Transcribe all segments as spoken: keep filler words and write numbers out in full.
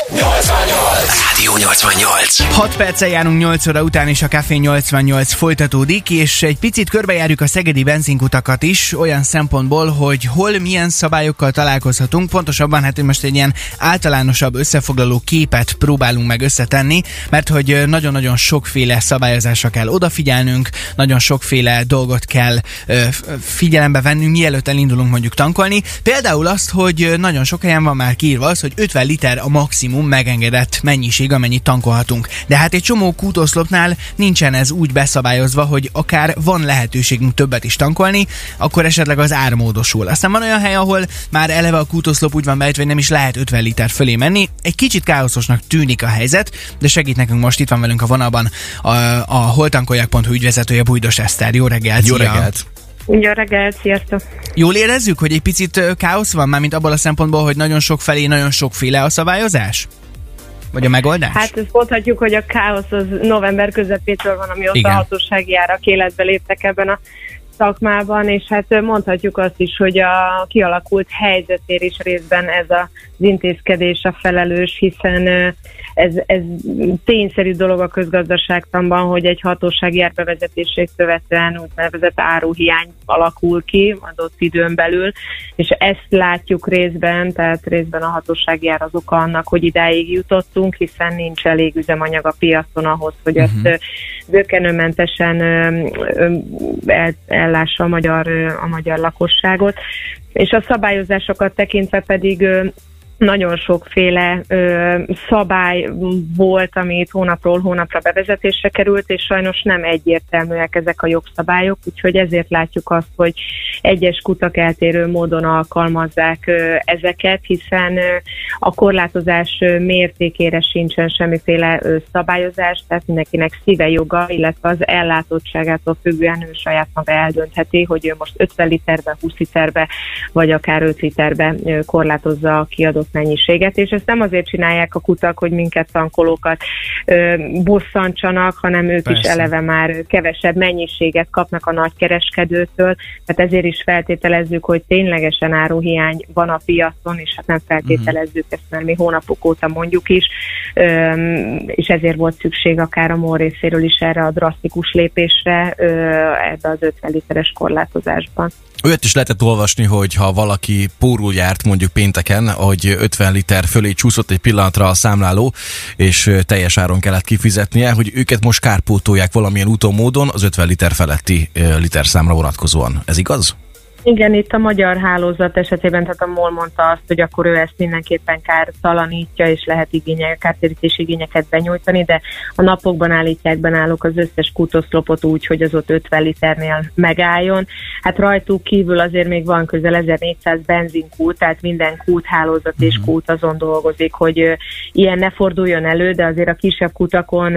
nyolcvannyolc Rádió nyolcvannyolc. hat perccel járunk nyolc óra után, és a Café nyolcvannyolc folytatódik, és egy picit körbejárjuk a szegedi benzinkutakat is, olyan szempontból, hogy hol milyen szabályokkal találkozhatunk. Pontosabban, hát most egy ilyen általánosabb összefoglaló képet próbálunk meg összetenni, mert hogy nagyon-nagyon sokféle szabályozásra kell odafigyelnünk, nagyon sokféle dolgot kell ö, figyelembe vennünk, mielőtt elindulunk mondjuk tankolni. Például azt, hogy nagyon sok helyen van már kiírva az, hogy ötven liter a maximum megengedett mennyiség, amennyit tankolhatunk. De hát egy csomó kútoszlopnál nincsen ez úgy beszabályozva, hogy akár van lehetőségünk többet is tankolni, akkor esetleg az ár módosul. Aztán van olyan hely, ahol már eleve a kútoszlop úgy van beállítva, hogy nem is lehet ötven liter fölé menni. Egy kicsit káoszosnak tűnik a helyzet, de segít nekünk most, itt van velünk a vonalban a, a holtankoljak pont hu ügyvezetője, Bújdos Eszter. Jó reggelt! Jó reggelt! Jó reggelt, sziasztok! Jól érezzük, hogy egy picit káosz van, mármint abból a szempontból, hogy nagyon sok felé, nagyon sokféle a szabályozás? Vagy a megoldás? Hát ezt mondhatjuk, hogy a káosz az november közepétől van, amióta a hatósági árak életbe léptek ebben a szakmában, és hát mondhatjuk azt is, hogy a kialakult helyzetért is részben ez az intézkedés a felelős, hiszen ez, ez tényszerű dolog a közgazdaságtanban, hogy egy hatósági ár bevezetését követően úgynevezett áruhiány alakul ki adott időn belül, és ezt látjuk részben, tehát részben a hatósági ár az oka annak, hogy idáig jutottunk, hiszen nincs elég üzemanyag a piacon ahhoz, hogy uh-huh. ezt zökkenőmentesen el, ellássa a magyar, a magyar lakosságot. És a szabályozásokat tekintve pedig nagyon sokféle ö, szabály volt, ami itt hónapról hónapra bevezetésre került, és sajnos nem egyértelműek ezek a jogszabályok, úgyhogy ezért látjuk azt, hogy egyes kutak eltérő módon alkalmazzák ö, ezeket, hiszen ö, a korlátozás ö, mértékére sincsen semmiféle ö, szabályozás, tehát mindenkinek szíve joga, illetve az ellátottságától függően ő saját maga eldöntheti, hogy ő most ötven literbe, húsz literbe, vagy akár öt literbe ö, korlátozza a kiadott mennyiséget, és ezt nem azért csinálják a kutak, hogy minket tankolókat ö, bosszantsanak, hanem ők Persze. is eleve már kevesebb mennyiséget kapnak a nagykereskedőtől, tehát ezért is feltételezzük, hogy ténylegesen áruhiány van a piacon, és hát nem feltételezzük ezt, mert mi hónapok óta mondjuk is, ö, és ezért volt szükség akár a MOL részéről is erre a drasztikus lépésre ö, ebbe az ötven literes korlátozásban. Olyat is lehetett olvasni, hogy ha valaki pórul járt mondjuk pénteken, hogy ötven liter fölé csúszott egy pillanatra a számláló, és teljes áron kellett kifizetnie, hogy őket most kárpótolják valamilyen úton módon az ötven liter feletti literszámra vonatkozóan. Ez igaz? Igen, itt a magyar hálózat esetében, tehát a MOL mondta azt, hogy akkor ő ezt mindenképpen kártalanítja, és lehet igények, kártérítési igényeket benyújtani, de a napokban állítják be náluk az összes kútoszlopot úgy, hogy az ott ötven liternél megálljon. Hát rajtuk kívül azért még van közel ezernégyszáz benzinkút, tehát minden kúthálózat és kút azon dolgozik, hogy ilyen ne forduljon elő, de azért a kisebb kutakon,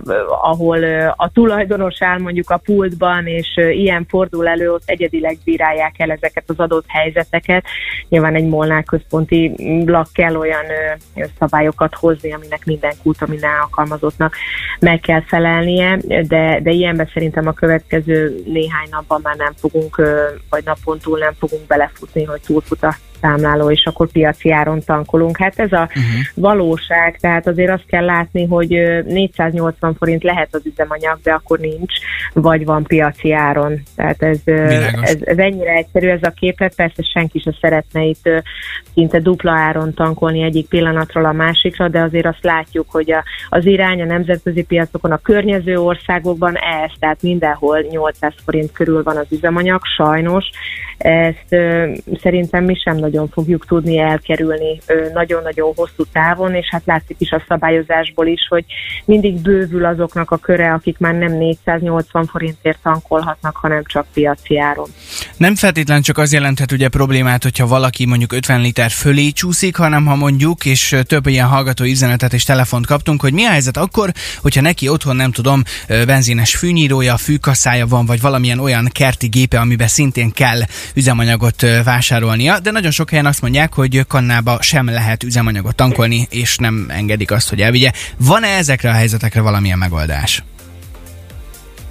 ahol a tulajdonos áll mondjuk a pultban, és ilyen fordul elő, ott egyedileg bírálják el ezeket az adott helyzeteket. Nyilván egy MOL-nál központilag kell olyan ö, szabályokat hozni, aminek minden kút, minden alkalmazottnak meg kell felelnie, de, de ilyenben szerintem a következő néhány napban már nem fogunk, ö, vagy napon túl nem fogunk belefutni, hogy túlfut a számláló, és akkor piaci áron tankolunk. Hát ez a uh-huh. valóság, tehát azért azt kell látni, hogy négyszáznyolcvan forint lehet az üzemanyag, de akkor nincs, vagy van piaci áron. Tehát ez, ez, ez ennyire egyszerű ez a képlet, persze senki sem szeretne itt szinte dupla áron tankolni egyik pillanatról a másikra, de azért azt látjuk, hogy a, az irány a nemzetközi piacokon, a környező országokban ez, tehát mindenhol nyolcszáz forint körül van az üzemanyag, sajnos. Ezt ö, szerintem mi sem nagyon fogjuk tudni elkerülni ö, nagyon-nagyon hosszú távon, és hát látszik is a szabályozásból is, hogy mindig bővül azoknak a köre, akik már nem négyszáznyolcvan forintért tankolhatnak, hanem csak piaci áron. Nem feltétlenül csak az jelenthet ugye problémát, hogyha valaki mondjuk ötven liter fölé csúszik, hanem ha mondjuk, és több ilyen hallgató üzenetet és telefont kaptunk, hogy mi a helyzet akkor, hogyha neki otthon nem tudom, benzines fűnyírója, fűkaszája van, vagy valamilyen olyan kerti gépe, amiben szintén kell üzemanyagot vásárolnia, de nagyon sok helyen azt mondják, hogy kannába sem lehet üzemanyagot tankolni, és nem engedik azt, hogy elvigye. Van-e ezekre a helyzetekre valamilyen megoldás?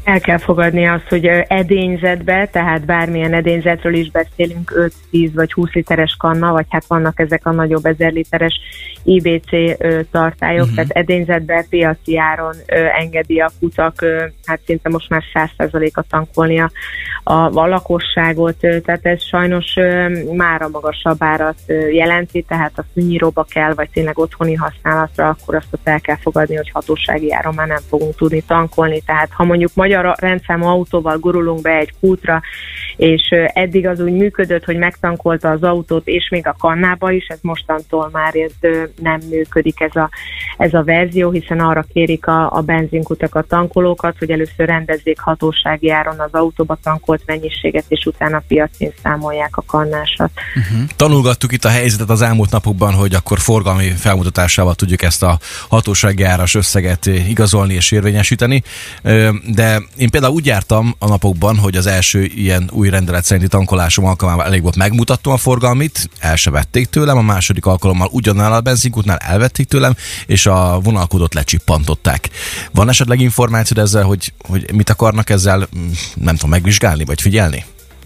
El kell fogadni azt, hogy edényzetbe, tehát bármilyen edényzetről is beszélünk, öt, tíz vagy húsz literes kanna, vagy hát vannak ezek a nagyobb ezer literes i bé cé tartályok, uh-huh. tehát edényzetbe piaci áron ö, engedi a kutak, ö, hát szinte most már száz százaléka tankolnia a, a lakosságot, ö, tehát ez sajnos ö, már a magasabb árat ö, jelenti, tehát a fűnyíróba kell, vagy tényleg otthoni használatra, akkor azt ott el kell fogadni, hogy hatósági áron már nem fogunk tudni tankolni, tehát ha mondjuk magyar rendszámú autóval gurulunk be egy kútra, és eddig az úgy működött, hogy megtankolta az autót, és még a kannába is, ez mostantól már ez nem működik ez a, ez a verzió, hiszen arra kérik a, a benzinkutak a tankolókat, hogy először rendezzék hatósági áron az autóba tankolt mennyiséget, és utána piacén számolják a kannásat. Uh-huh. Tanulgattuk itt a helyzetet az elmúlt napokban, hogy akkor forgalmi felmutatásával tudjuk ezt a hatósági áras összeget igazolni és érvényesíteni, de én például úgy jártam a napokban, hogy az első ilyen új rendelet szerinti tankolásom alkalmával elég volt, megmutattam a forgalmit, el se vették tőlem, a második alkalommal ugyannál a benzinkútnál elvették tőlem, és a vonalkódot lecsippantották. Van esetleg információd ezzel, hogy, hogy mit akarnak ezzel, nem tudom, megvizsgálni, vagy figyelni?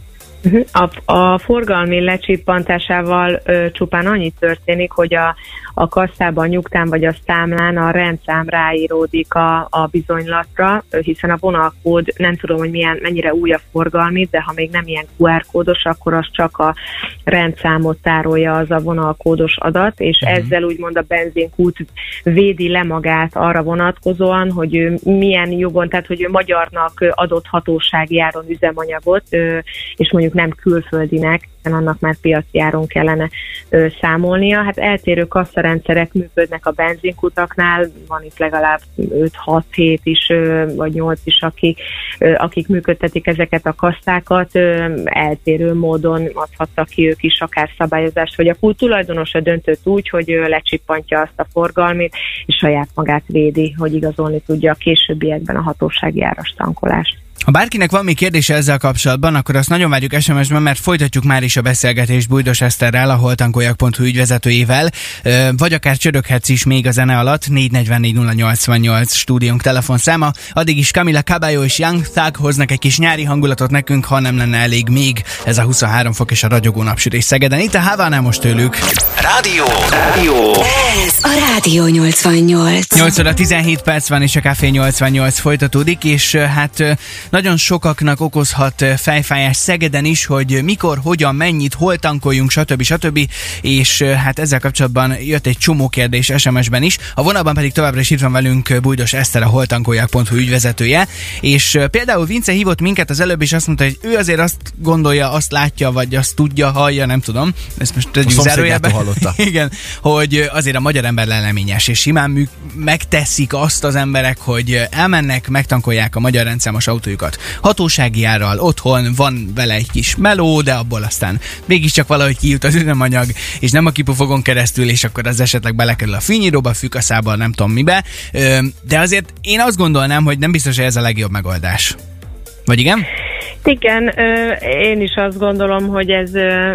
A, a forgalmi lecsippantásával ö, csupán annyit történik, hogy a, a kasszában, a nyugtán vagy a számlán a rendszám ráíródik a, a bizonylatra, hiszen a vonalkód, nem tudom, hogy milyen, mennyire új a forgalmi, de ha még nem ilyen kú er kódos, akkor az csak a rendszámot tárolja az a vonalkódos adat, és uh-huh. ezzel úgymond a benzinkút védi le magát arra vonatkozóan, hogy ő milyen jogon, tehát hogy ő magyarnak adott hatósági áron üzemanyagot, és mondjuk nem külföldinek, hiszen annak már piaci áron kellene ö, számolnia. Hát eltérő kasszarendszerek működnek a benzinkutaknál, van itt legalább öt-hat-hét is, ö, vagy nyolc is, akik, ö, akik működtetik ezeket a kasszákat, ö, eltérő módon adhattak ki ők is akár szabályozást, hogy a kult tulajdonosa döntött úgy, hogy ő lecsippantja azt a forgalmit, és saját magát védi, hogy igazolni tudja a későbbiekben a hatósági áras tankolást. Ha bárkinek van még kérdése ezzel kapcsolatban, akkor azt nagyon várjuk es em es-ben, mert folytatjuk már is a beszélgetést Bújdos Eszterrel, a holtankoljak pont hu ügyvezetőjével, vagy akár csöröghetsz is még a zene alatt, négy negyvennégy nulla nyolcvannyolc stúdiónk telefonszáma. Addig is Camila Cabello és Young Thug hoznak egy kis nyári hangulatot nekünk, ha nem lenne elég még ez a huszonhárom fok és a ragyogó napsütés Szegeden. Itt a Havana most tőlük. Rádió! Rádió! Ez a Rádió nyolcvannyolc. nyolc óra tizenhét perc van, és a Café nyolcvannyolc folytatódik, és hát nagyon sokaknak okozhat fejfájás Szegeden is, hogy mikor, hogyan, mennyit, hol tankoljunk, stb. stb. És hát ezzel kapcsolatban jött egy csomó kérdés es em es-ben is. A vonalban pedig továbbra is itt van velünk Bújdos Eszter, a holtankoljak pont hu ügyvezetője. És például Vince hívott minket az előbb, és azt mondta, hogy ő azért azt gondolja, azt látja, vagy azt tudja, hallja, nem tudom. Ezt most tegyük zárójelbe. Igen, hogy azért a magyar ember leleményes, és simán mű- megteszik azt az emberek, hogy elmennek, megtankolják a magyar rendszámos autójukat hatósági árral, otthon van vele egy kis meló, de abból aztán mégiscsak valahogy kijut az üzemanyag, és nem a kipufogon keresztül, és akkor az esetleg belekerül a fűnyíróba, fűkaszába, nem tudom mibe. De azért én azt gondolnám, hogy nem biztos, hogy ez a legjobb megoldás. Vagy igen? Igen, én is azt gondolom, hogy ez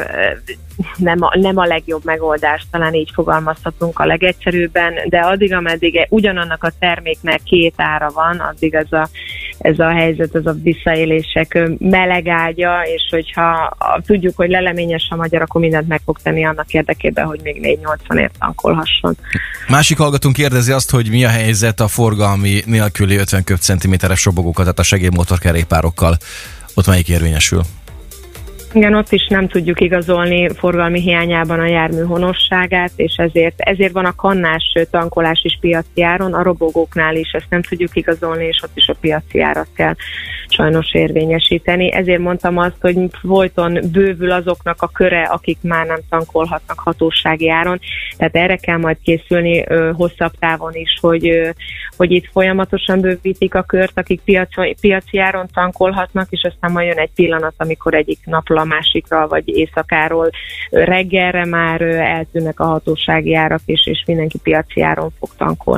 nem a, nem a legjobb megoldás, talán így fogalmazhatunk a legegyszerűbben, de addig, ameddig ugyanannak a terméknek két ára van, addig ez a, ez a helyzet, ez a visszaélések melegágya, és hogyha tudjuk, hogy leleményes a magyar, akkor mindent meg fog tenni annak érdekében, hogy még négy nyolcvanért tankolhasson. Másik hallgatónk kérdezi azt, hogy mi a helyzet a forgalmi nélküli ötven köbcentiméteres robogókkal, tehát a segédmotorkerékpárokkal. Ott melyik érvényesül? Igen, ott is nem tudjuk igazolni forgalmi hiányában a jármű honosságát, és ezért, ezért van a kannás tankolás is piaci áron, a robogóknál is ezt nem tudjuk igazolni, és ott is a piaci árat kell sajnos érvényesíteni. Ezért mondtam azt, hogy folyton bővül azoknak a köre, akik már nem tankolhatnak hatósági áron, tehát erre kell majd készülni ö, hosszabb távon is, hogy, ö, hogy itt folyamatosan bővítik a kört, akik piaci, piaci áron tankolhatnak, és aztán majd jön egy pillanat, amikor egyik napról a másikra, vagy éjszakáról reggelre már eltűnnek a hatósági árak, és, és mindenki piaci áron fog tankolni.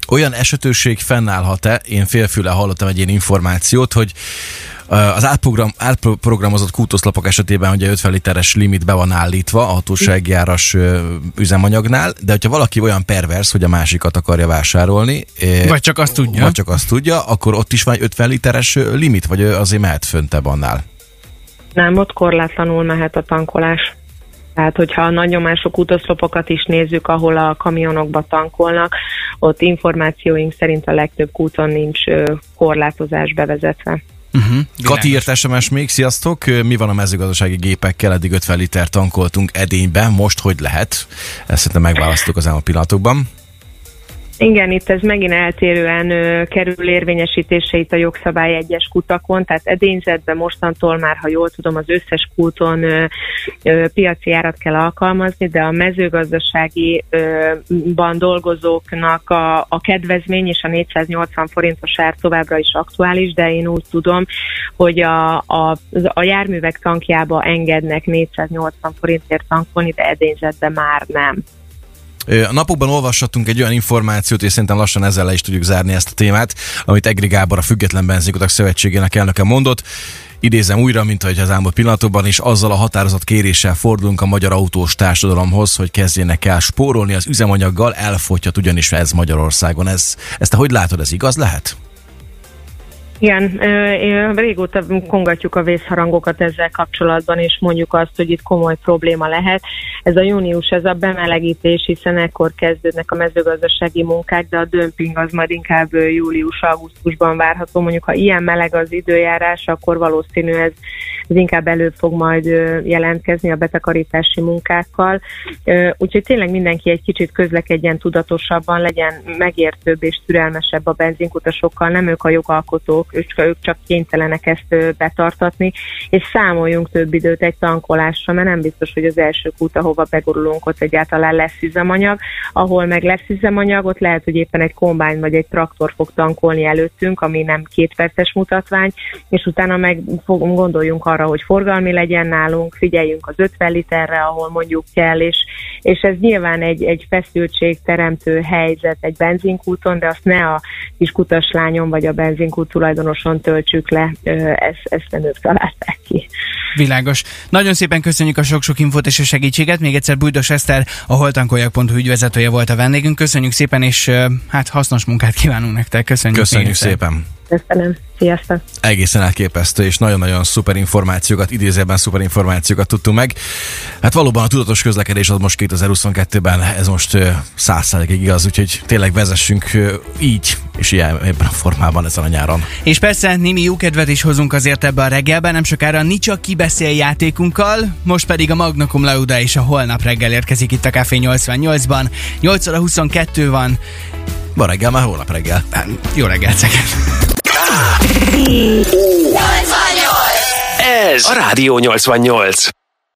Olyan esetőség fennállhat-e, én félfüle hallottam egy ilyen információt, hogy az átprogram, átprogramozott kútoszlapok esetében ugye ötven literes limit be van állítva a hatósági áras üzemanyagnál, de hogyha valaki olyan pervers, hogy a másikat akarja vásárolni, vagy csak azt tudja, vagy csak azt tudja, akkor ott is van egy ötven literes limit, vagy azért mehet föntebb annál? Nem, ott korlátlanul mehet a tankolás. Tehát, hogyha a nagy nyomású kútoszlopokat is nézzük, ahol a kamionokba tankolnak, ott információink szerint a legtöbb kúton nincs korlátozás bevezetve. Uh-huh. Kati írt es em es még, sziasztok! Mi van a mezőgazdasági gépekkel? Eddig ötven liter tankoltunk edényben, most hogy lehet? Ezt szerintem megválasztottuk az elmúlt pillanatokban. Igen, itt ez megint eltérően ö, kerül érvényesítése itt a jogszabály egyes kutakon, tehát edényzetben mostantól már, ha jól tudom, az összes kúton ö, ö, piaci árat kell alkalmazni, de a mezőgazdasági ö, ban dolgozóknak a, a kedvezmény és a négyszáznyolcvan forintos ár továbbra is aktuális, de én úgy tudom, hogy a, a, a járművek tankjába engednek négyszáznyolcvan forintért tankolni, de edényzetben már nem. A napokban olvashattunk egy olyan információt, és szerintem lassan ezzel le is tudjuk zárni ezt a témát, amit Egri Gábor, a Független Benzinkutak Szövetségének elnöke mondott. Idézem újra, mint ahogy az elmúlt pillanatokban is, azzal a határozott kéréssel fordulunk a magyar autós társadalomhoz, hogy kezdjenek el spórolni az üzemanyaggal, elfogyhat ugyanis ez Magyarországon. Ez, ezt te hogy látod, ez igaz lehet? Igen, régóta kongatjuk a vészharangokat ezzel kapcsolatban, és mondjuk azt, hogy itt komoly probléma lehet. Ez a június, ez a bemelegítés, hiszen ekkor kezdődnek a mezőgazdasági munkák, de a dömping az majd inkább július-augusztusban várható. Mondjuk, ha ilyen meleg az időjárás, akkor valószínű ez, ez inkább előbb fog majd jelentkezni a betakarítási munkákkal. Úgyhogy tényleg mindenki egy kicsit közlekedjen tudatosabban, legyen megértőbb és türelmesebb a benzinkutasokkal, nem ők a jogalkotók, ők csak kénytelenek ezt betartatni, és számoljunk több időt egy tankolásra, mert nem biztos, hogy az első kút, ahova begurulunk, ott egyáltalán lesz üzemanyag. Ahol meg lesz üzemanyag, ott lehet, hogy éppen egy kombány vagy egy traktor fog tankolni előttünk, ami nem két perces mutatvány, és utána meg fogunk, gondoljunk arra, hogy forgalmi legyen nálunk, figyeljünk az ötven literre, ahol mondjuk kell, és, és ez nyilván egy, egy feszültségteremtő helyzet egy benzinkúton, de azt ne a kis kutaslányon vagy a benzinkút tulajdonoson töltsük le, ezt, ezt nem ők találták ki. Világos. Nagyon szépen köszönjük a sok-sok infót és a segítséget. Még egyszer Bújdos Eszter, a holtankoljak pont hu ügyvezetője volt a vendégünk. Köszönjük szépen, és hát hasznos munkát kívánunk nektek. Köszönjük, Köszönjük szépen. Köszönöm. Sziasztok. Egészen elképesztő, és nagyon-nagyon szuper információkat, idézőben szuper információkat tudtunk meg. Hát valóban a tudatos közlekedés az most kétezer-huszonkettőben, ez most száz százalékig igaz, úgyhogy tényleg vezessünk így, és ilyen ebben a formában ezen a nyáron. És persze némi jó kedvet is hozunk azért ebbe a reggelben, nem sokára Nicsa kibeszél játékunkkal, most pedig a Magna Cum Laude és a holnap reggel érkezik itt a Café nyolcvannyolcban. nyolc óra huszonkettő van. Ma reggel, már holnap reggel. Jó reggelt, szeket! Ez a Rádió nyolcvannyolc.